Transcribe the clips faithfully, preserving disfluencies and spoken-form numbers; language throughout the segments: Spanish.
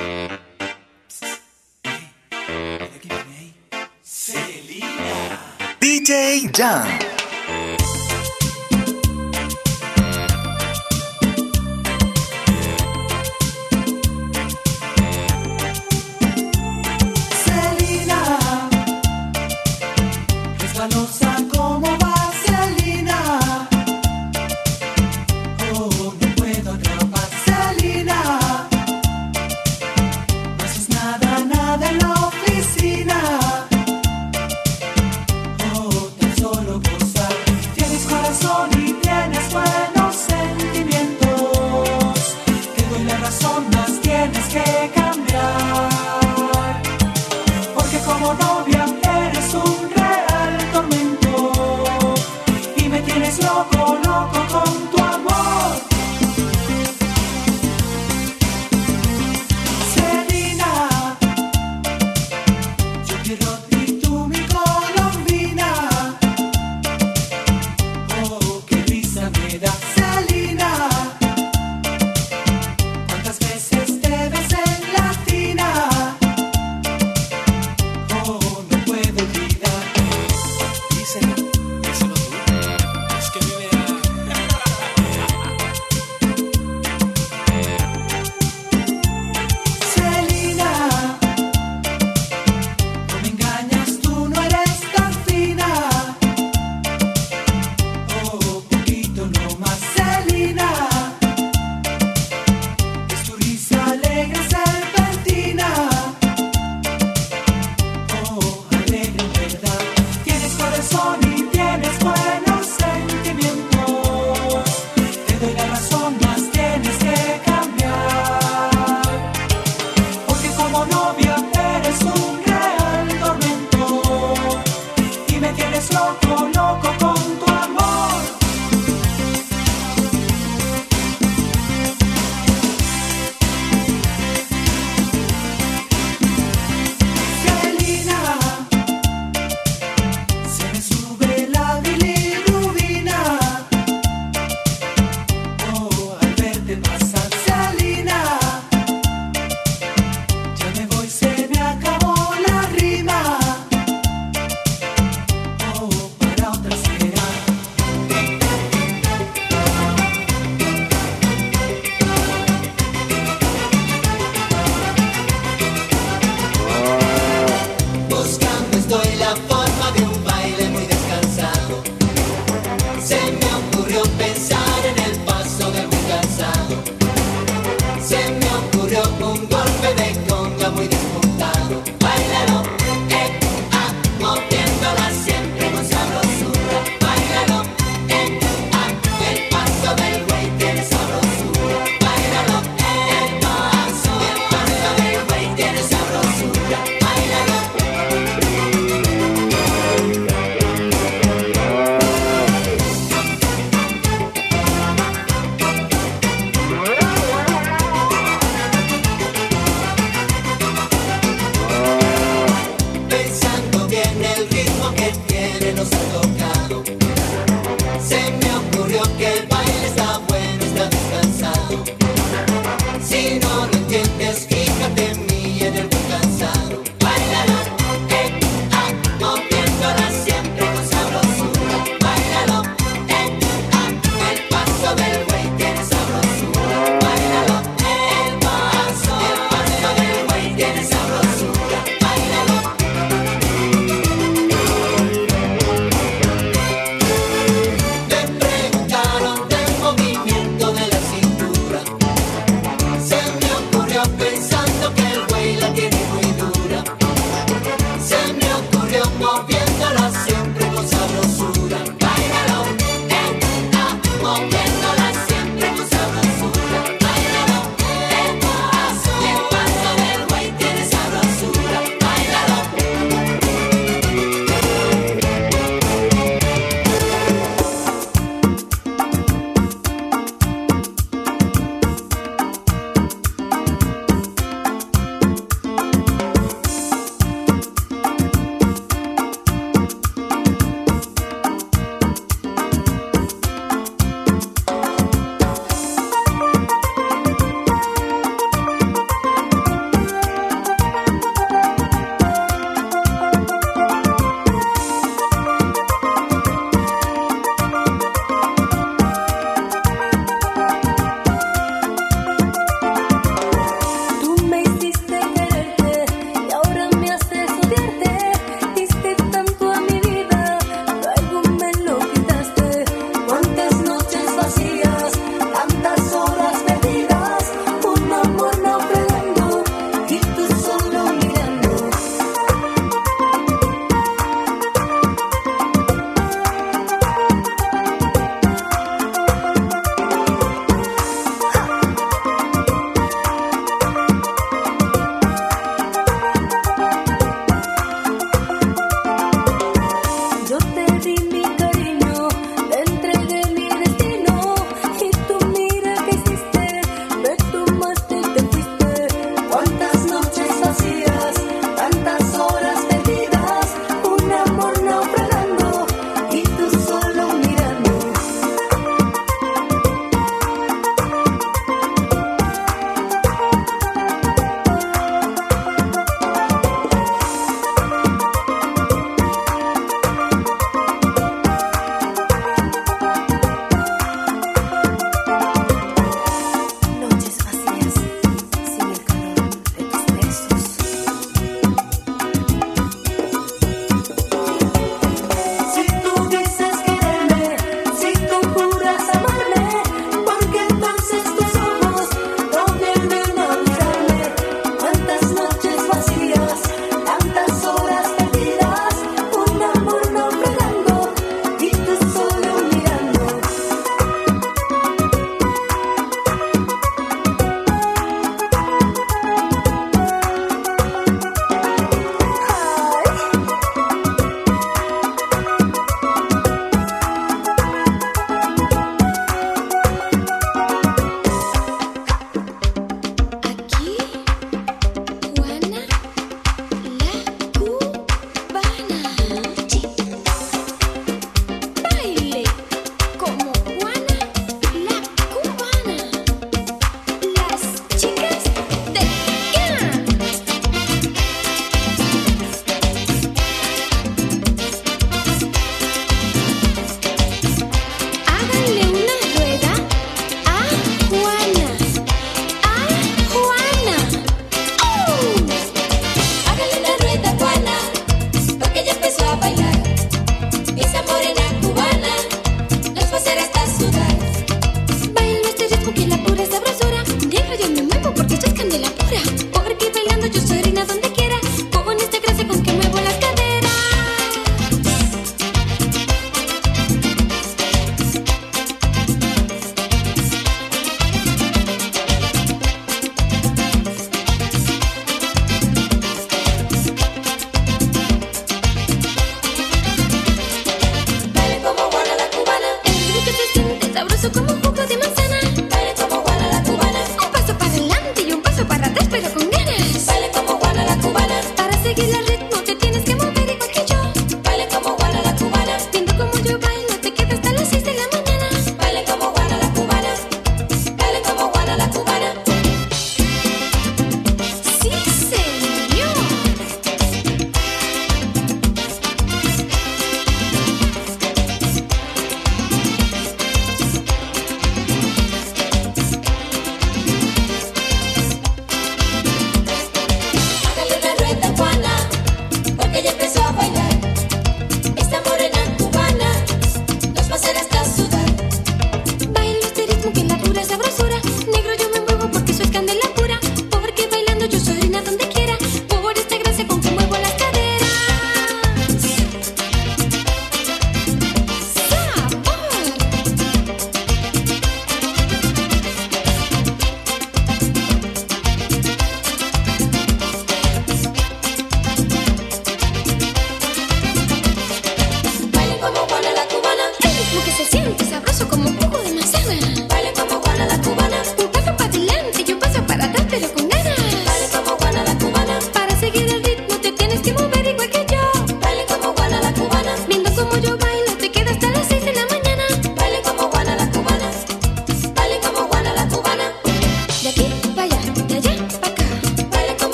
D J Jan. Solo por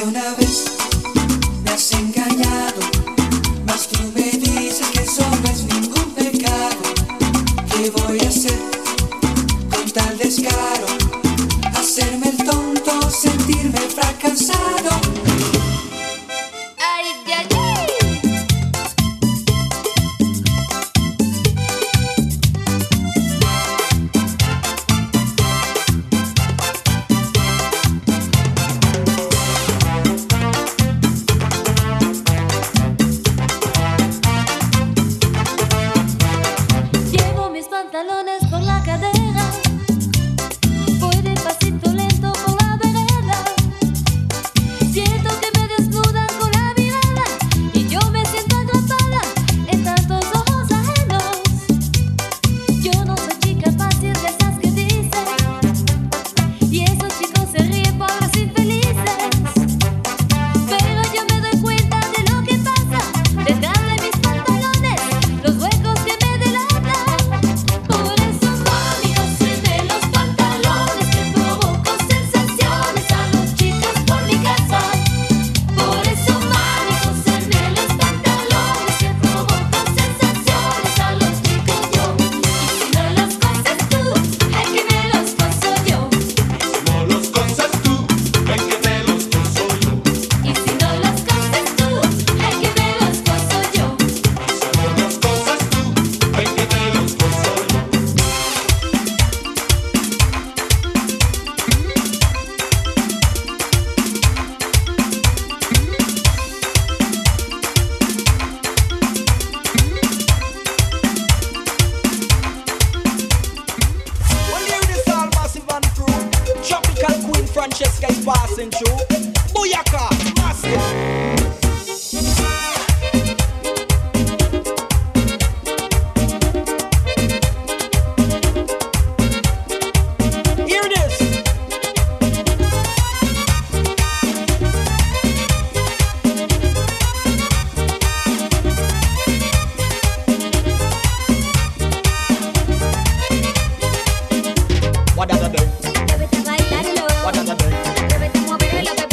una vez me has engañado, mas tú me dices que eso no es ningún pecado. ¿Qué voy a hacer con tal descaro? Hacerme el tonto, sentirme fracasado. Ay, ay, ay. Llevo mis pantalones por la cadera, voy de pasito lento por la vereda. Siento que me desnudan con la mirada y yo me siento atrapada en tantos ojos ajenos. Yo no soy chica fácil de esas que dicen, y esos chicos se ríen pobres infelices. Pero yo me doy cuenta de lo que pasa detrás de mis pantalones, los huecos que me delatan. Por eso, mami, cóseme los pantalones, que provoco sensaciones a los chicos por mi casa. Por eso, mami, cóseme los pantalones, que provoco sensaciones a los chicos yo. Y si no los coses tú, hay que me los coso yo. No los cosas tú, ven que te los coso yo. Y si no los coses tú, hay que me los coso yo. No los cosas tú, ven que te los coso yo. Well, hear this all massive and true. Tropical Queen Francesca is passing through. Booyaka, massive. Hear this. What does it do? Atrévete a bailarlo, What does it do? atrévete a moverlo.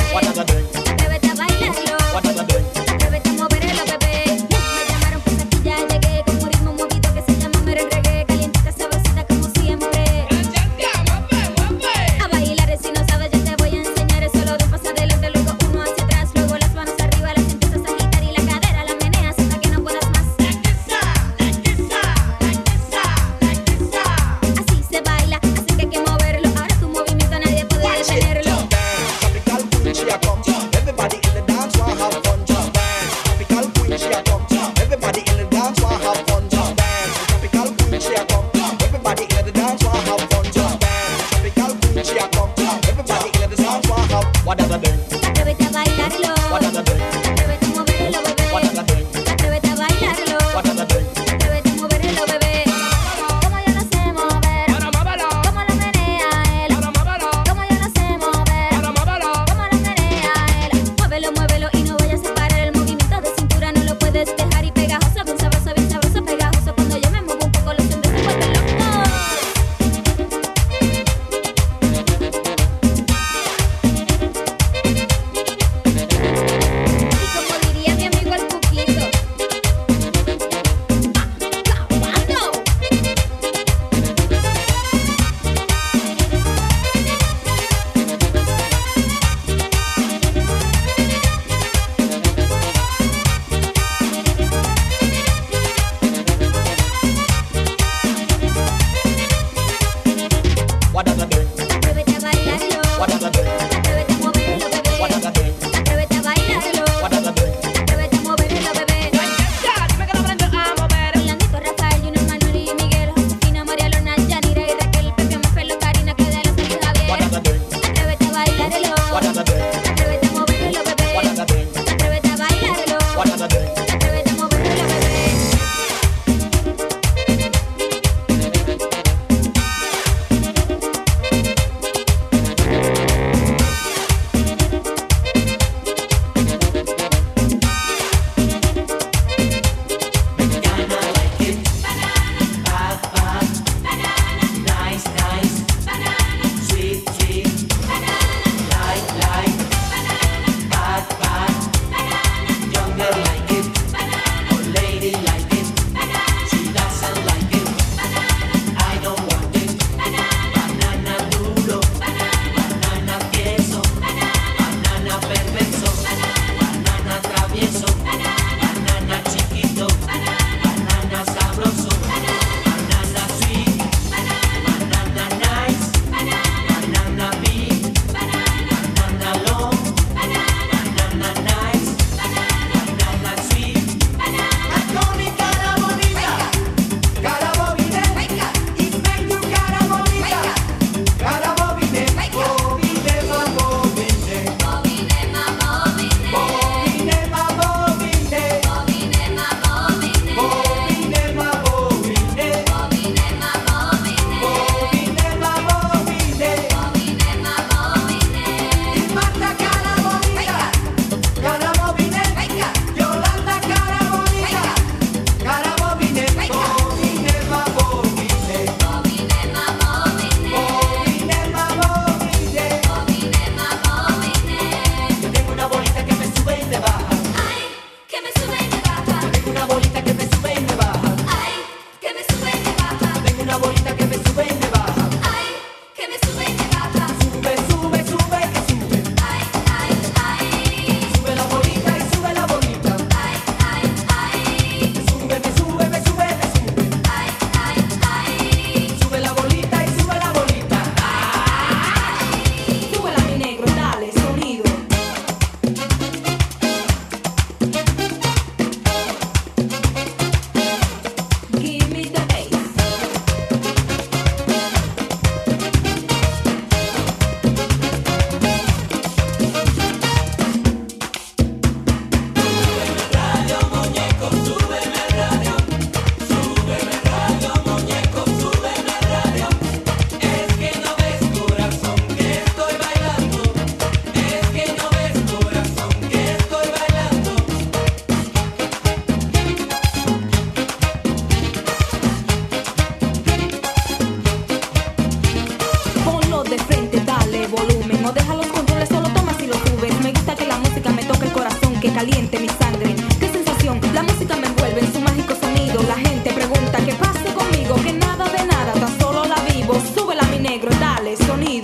caliente mi sangre. Qué sensación, la música me envuelve en su mágico sonido. La gente pregunta qué pase conmigo, que nada de nada, tan solo la vivo. Súbela mi negro, dale sonido.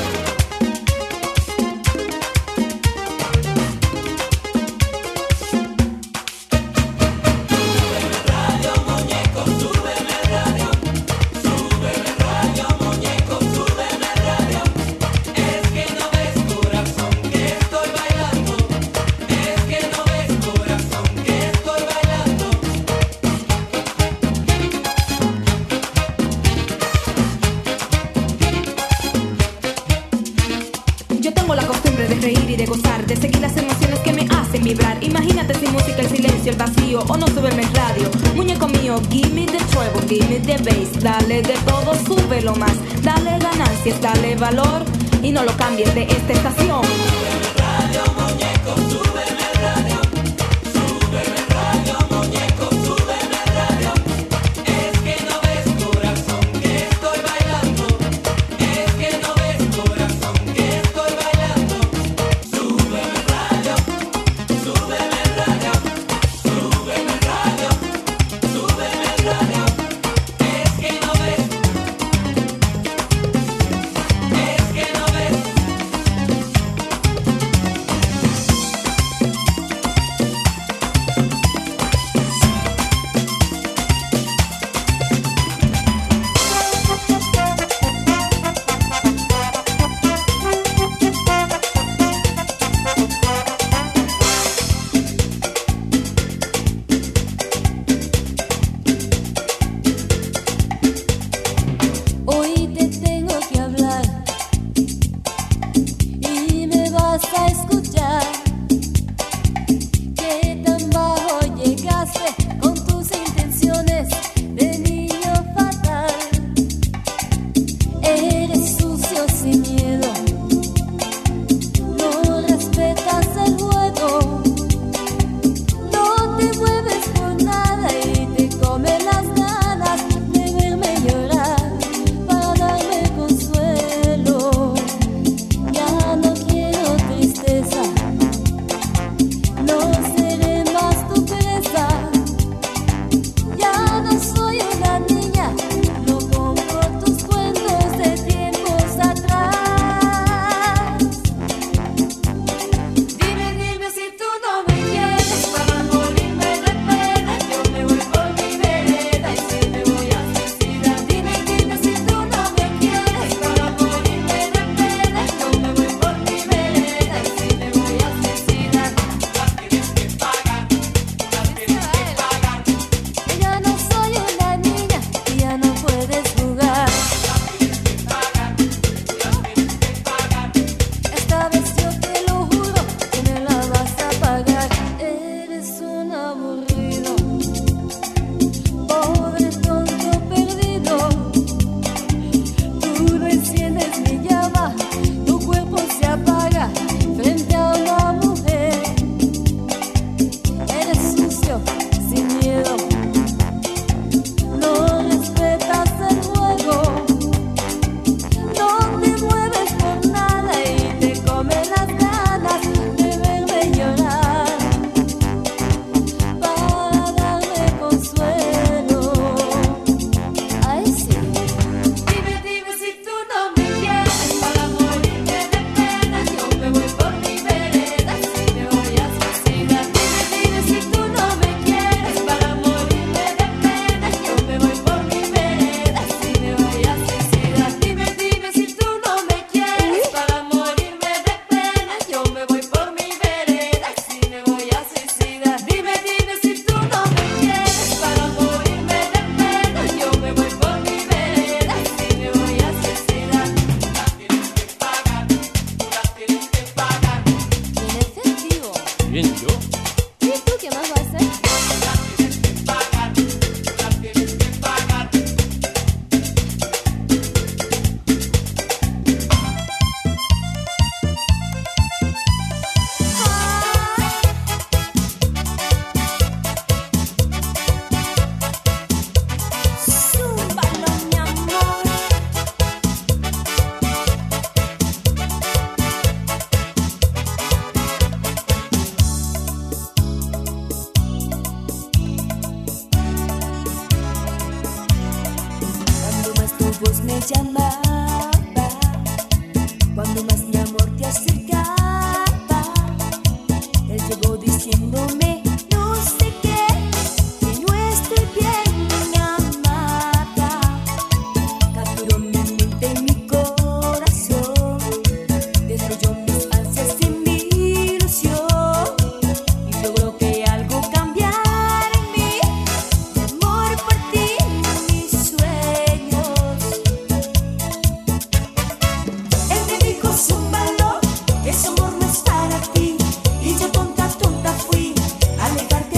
De seguir las emociones que me hacen vibrar. Imagínate sin música el silencio, el vacío, o no súbeme el radio. Muñeco mío, give me the treble, give me the bass. Dale de todo, súbelo más. Dale ganancias, dale valor y no lo cambies de esta estación. Súbeme el radio, muñeco, súbeme el radio. Súbeme el radio, muñeco, súbeme el radio. Es que no ves, corazón, que estoy bailando. Es que no ves, corazón, que estoy bailando.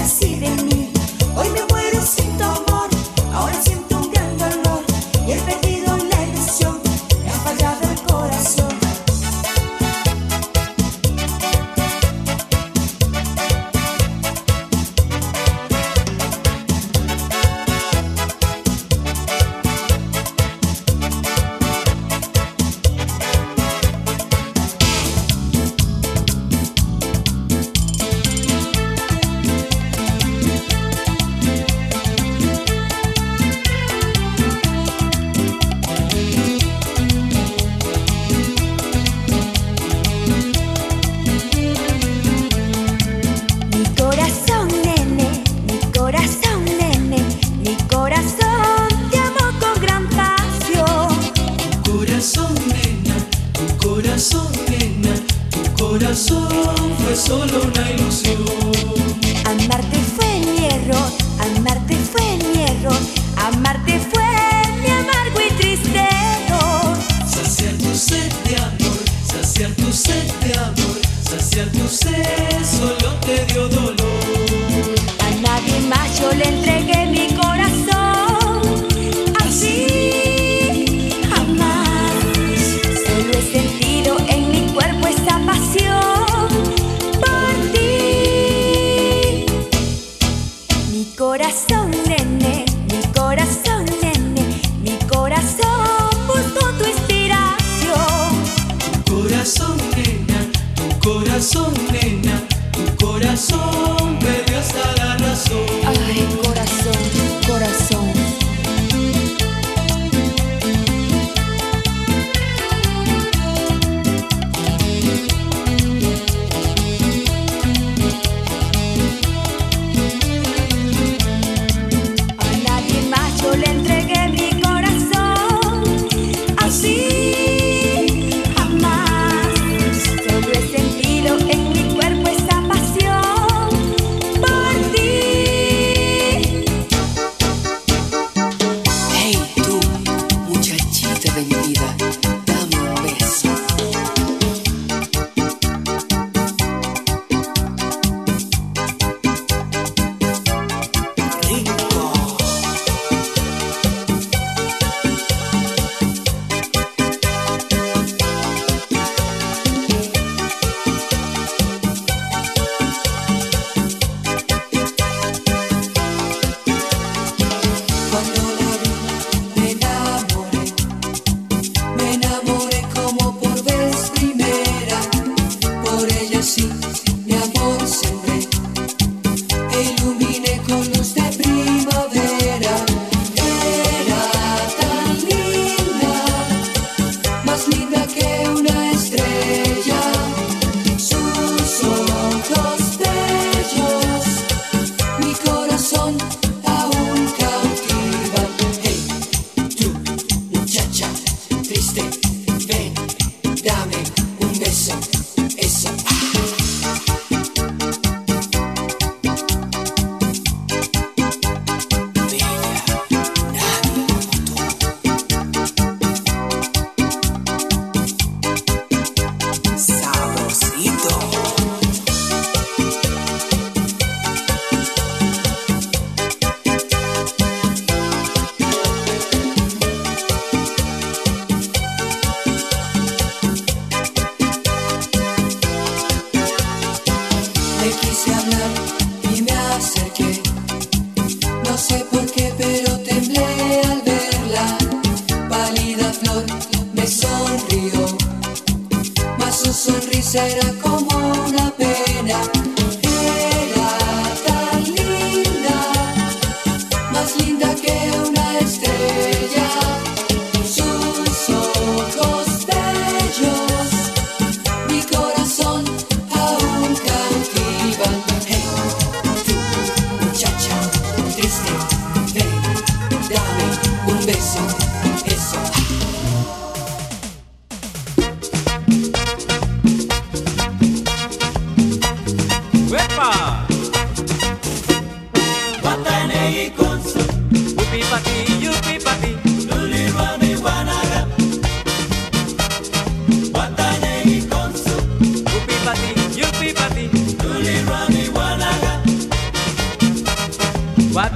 así de mí. Hoy me muero sin tu amor, ahora siento un gran dolor y he perdido la ilusión, me ha fallado el corazón.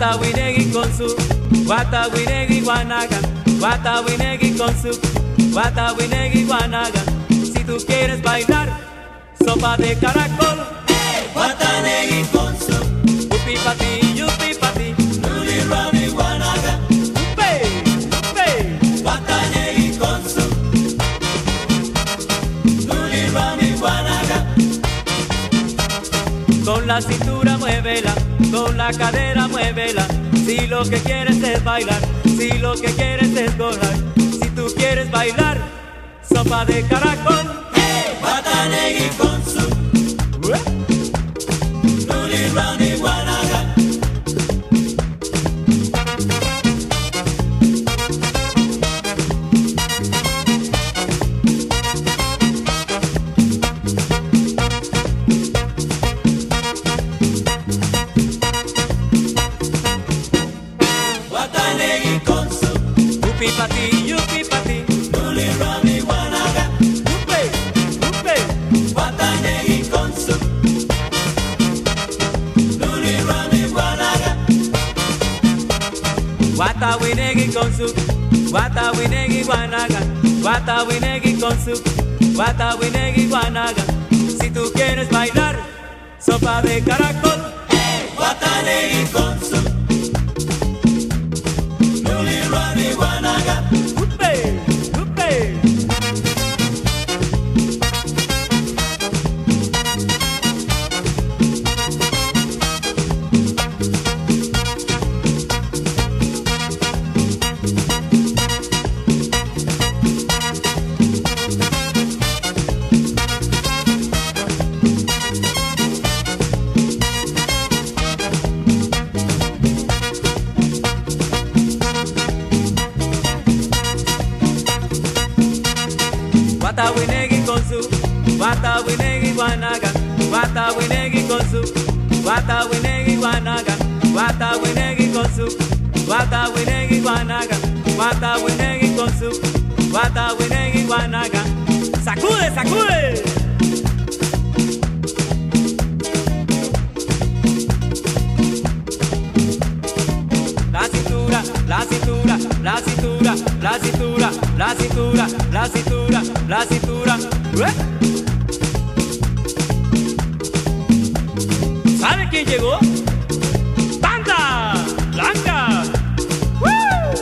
Watawinegi con su Watawinegi guanaga, Watawinegi con su Watawinegi guanaga. Si tú quieres bailar sopa de caracol, Hey, Watanegi con su yupi pa ti, yupi pa ti, Luli Rami Guanaga. yupi, yupi. Watanegi con su Luli Rami Guanaga. Con la cintura muévela, con la cadera muévela. Si lo que quieres es bailar, si lo que quieres es gozar, si tú quieres bailar sopa de caracol, Hey, Watanegi con su Luli Rami Guanaga. Watanegi con su yupi pa ti, yupi pa ti, Luli Rami Guanaga. yupi, yupi. Watanegi con su Luli Rami Guanaga. Watawinegi con su Watawinegi guanaga, Watawinegi con su Watawinegi guanaga. Si tú quieres bailar sopa de caracol, Hey, Watanegi con su Luli Rami Guanaga. yupi, yupi. Watawinegi con su Watawinegi guanaga, Watawinegi con su Watawinegi guanaga, Watawinegi con su Watawinegi guanaga, Watawinegi con su Watawinegi guanaga. ¡Sacude, sacude! La cintura, la cintura, la cintura, la cintura, la cintura, la cintura, la cintura. ¿Eh? ¿Sabe quién llegó? ¡Banda Blanca! ¡Woo!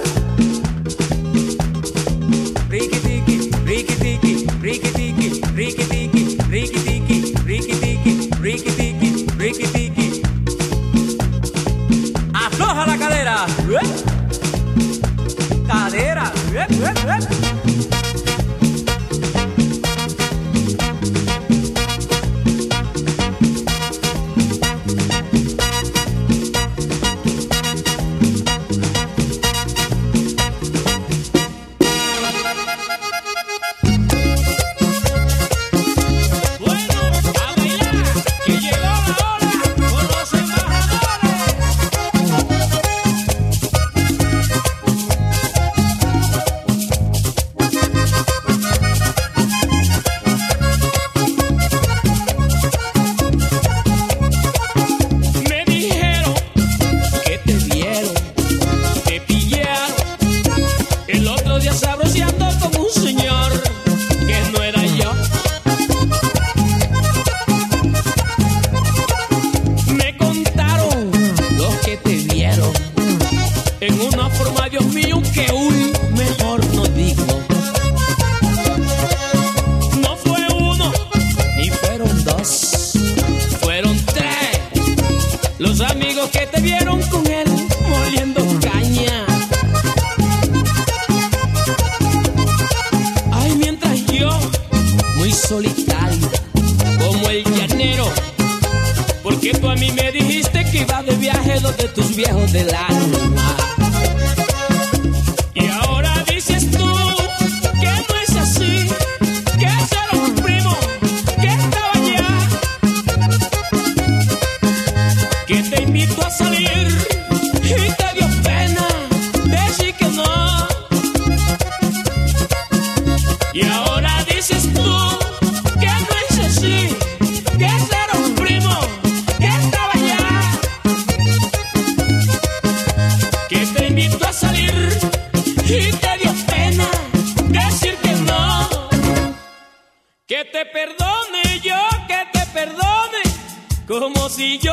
Riquitiqui, riquitiqui, riquitiqui, riquitiqui, riquitiqui, riquitiqui, riquitiqui, riquitiqui. Afloja la cadera. ¿Eh? Cadera. ¿Eh? ¿Eh? ¿Eh?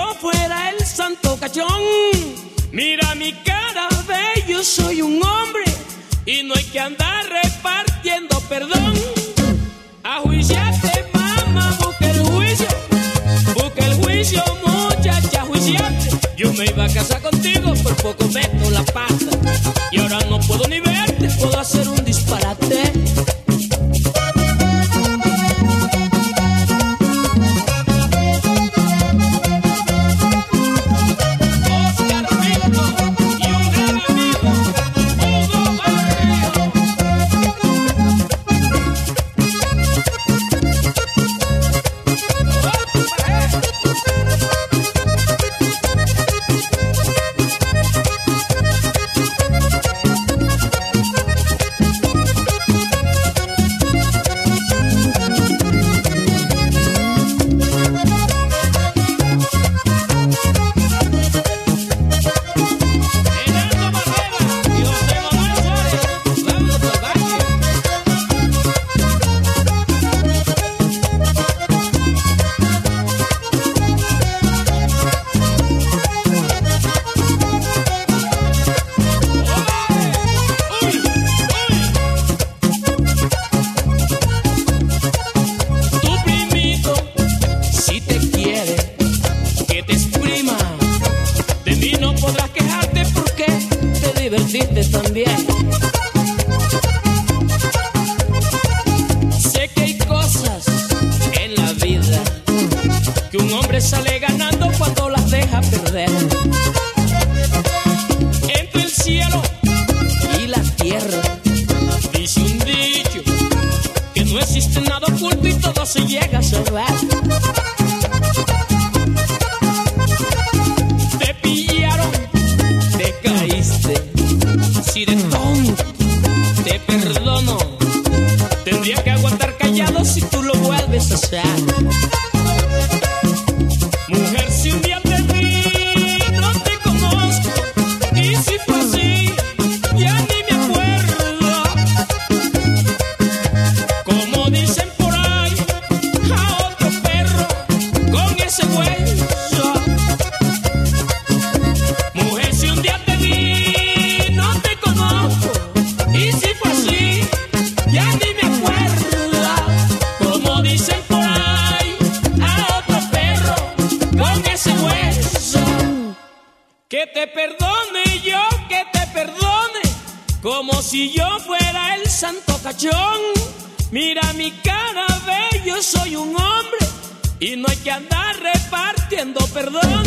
fuera el santo cachón. Mira mi cara, ve, yo soy un hombre y no hay que andar repartiendo perdón. A juiciarte, mamá, busca el juicio, busca el juicio, muchacha, juiciarte. Yo me iba a casar contigo, por poco meto la pata y ahora no puedo ni verte, puedo hacer un disparate. También sé que hay cosas en la vida que un hombre sale ganando cuando las deja perder. Entre el cielo y la tierra dice un dicho que no existe nada oculto y todo se llega a saber. Te pillaron, te caíste. Si de tonto te perdono, tendría que aguantar callado si tú lo vuelves a hacer. Mujer, si un día te vi, no te conozco, y si fue así, ya ni me acuerdo. Como dicen por ahí, a otro perro con ese hueso. Mujer, si un día te vi, y si fue así, ya ni me acuerdo. Como dicen por ahí, a otro perro con ese hueso. Que te perdone yo, que te perdone, como si yo fuera el santo cachón. Mira mi cara, ve, yo soy un hombre y no hay que andar repartiendo perdón.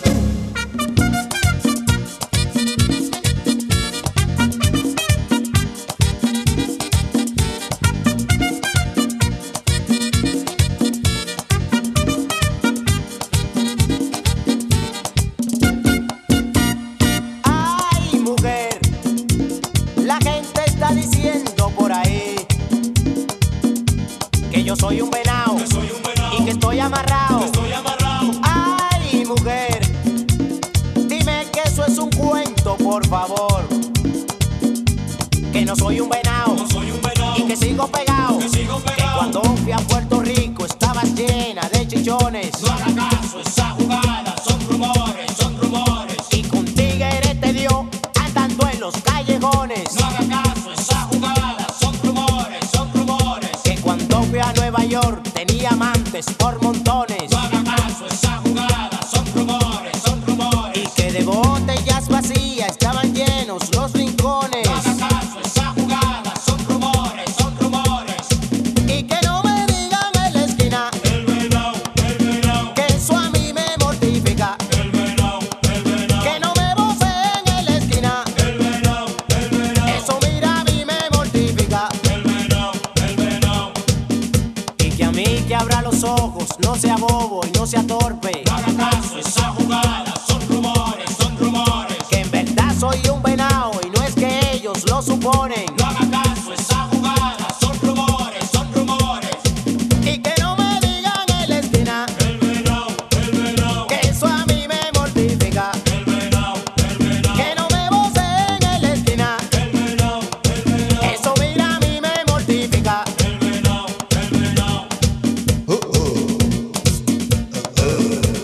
Yo soy un venado, soy un venao, y que estoy amarrado. que estoy amarrado. Ay, mujer, dime que eso es un cuento, por favor. Que no soy un venado, no soy un venao, y que sigo pegado. que sigo pegado. Que cuando fui a Puerto Rico estaba llena de chichones. No haga caso, esa jugada son rumores, son rumores. Y con tigre te dio andando en los callejones. No haga caso, esa jugada son rumores, son rumores. Que cuando fui a Nueva York tenía amantes por montones. No haga caso, esa jugada son rumores, son rumores. Y que de botellas vacías estaban llenos los rincones. No haga caso, esa jugada son rumores, son rumores. Y que no me digan en la esquina El venao, el venao, que eso a mí me mortifica. el venao, el venao. Que no me voceen en la esquina, El venao, el venao, eso mira a mí me mortifica. el venao, el venao. Y que a mí que abra los ojos, no sea bobo y no sea torpe. No haga caso, esa jugada son rumores, son rumores. Que en verdad soy un venao y no es que ellos lo suponen. No haga caso, esa jugada son rumores, son rumores. Y que no me digan en la esquina El venao, el venao, que eso a mí me mortifica. el venao, el venao. Que no me voceen en la esquina, El venao, el venao, eso mira a mí me mortifica. el venao, el venao.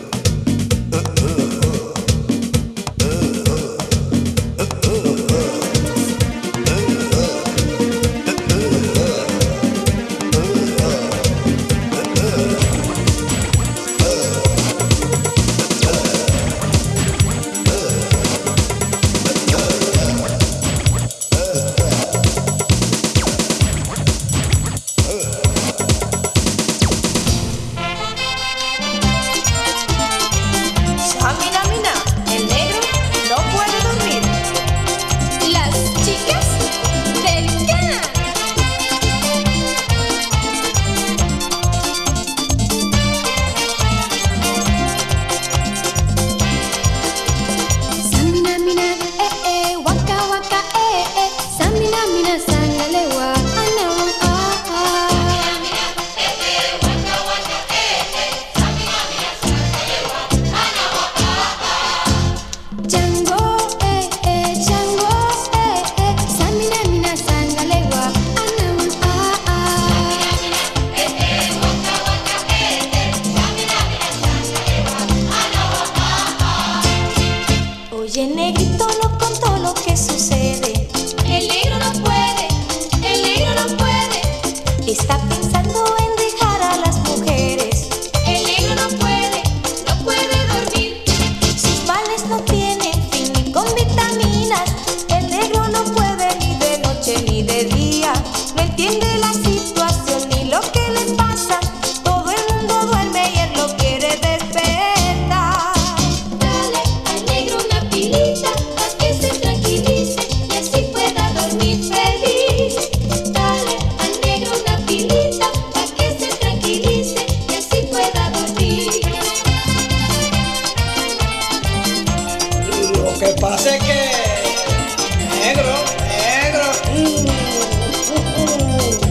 que pasa es que negro, negro. Mm, uh, uh.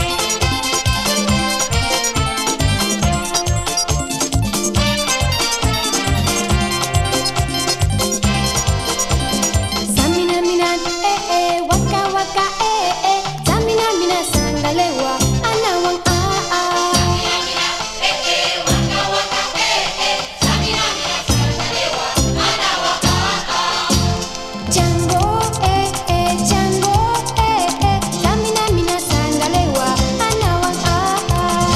Samina mina eh eh waka waka eh eh Samina mina sangalewa anawan ah ah Django eh eh Django eh eh Samina mina sangalewa anawan ah ah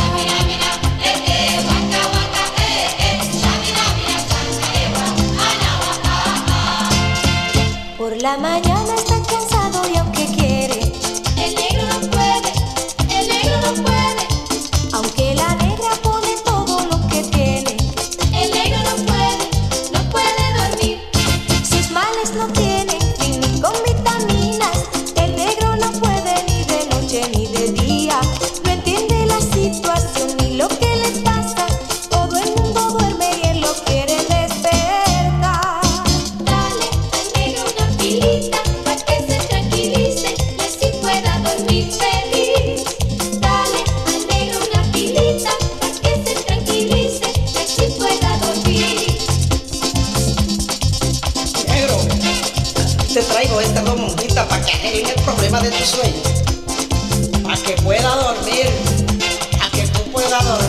Por la mañana está cansado y aunque quiere, el negro no puede, el negro no puede. Aunque la negra pone todo lo que tiene, el negro no puede, no puede dormir. Sus males no tienen fin ni con vitaminas. El negro no puede ni de noche ni de día. No entiende la situación ni lo que les pasa. Todo el mundo duerme y él lo quiere despertar. Dale al negro una pilita pa' que se tranquilice y así pueda dormir feliz. Dale al negro una pilita pa' que se tranquilice y así pueda dormir. Negro, te traigo esta dos monjitas para que arreglen el problema de tu sueño. Para que pueda dormir, para que tú puedas dormir.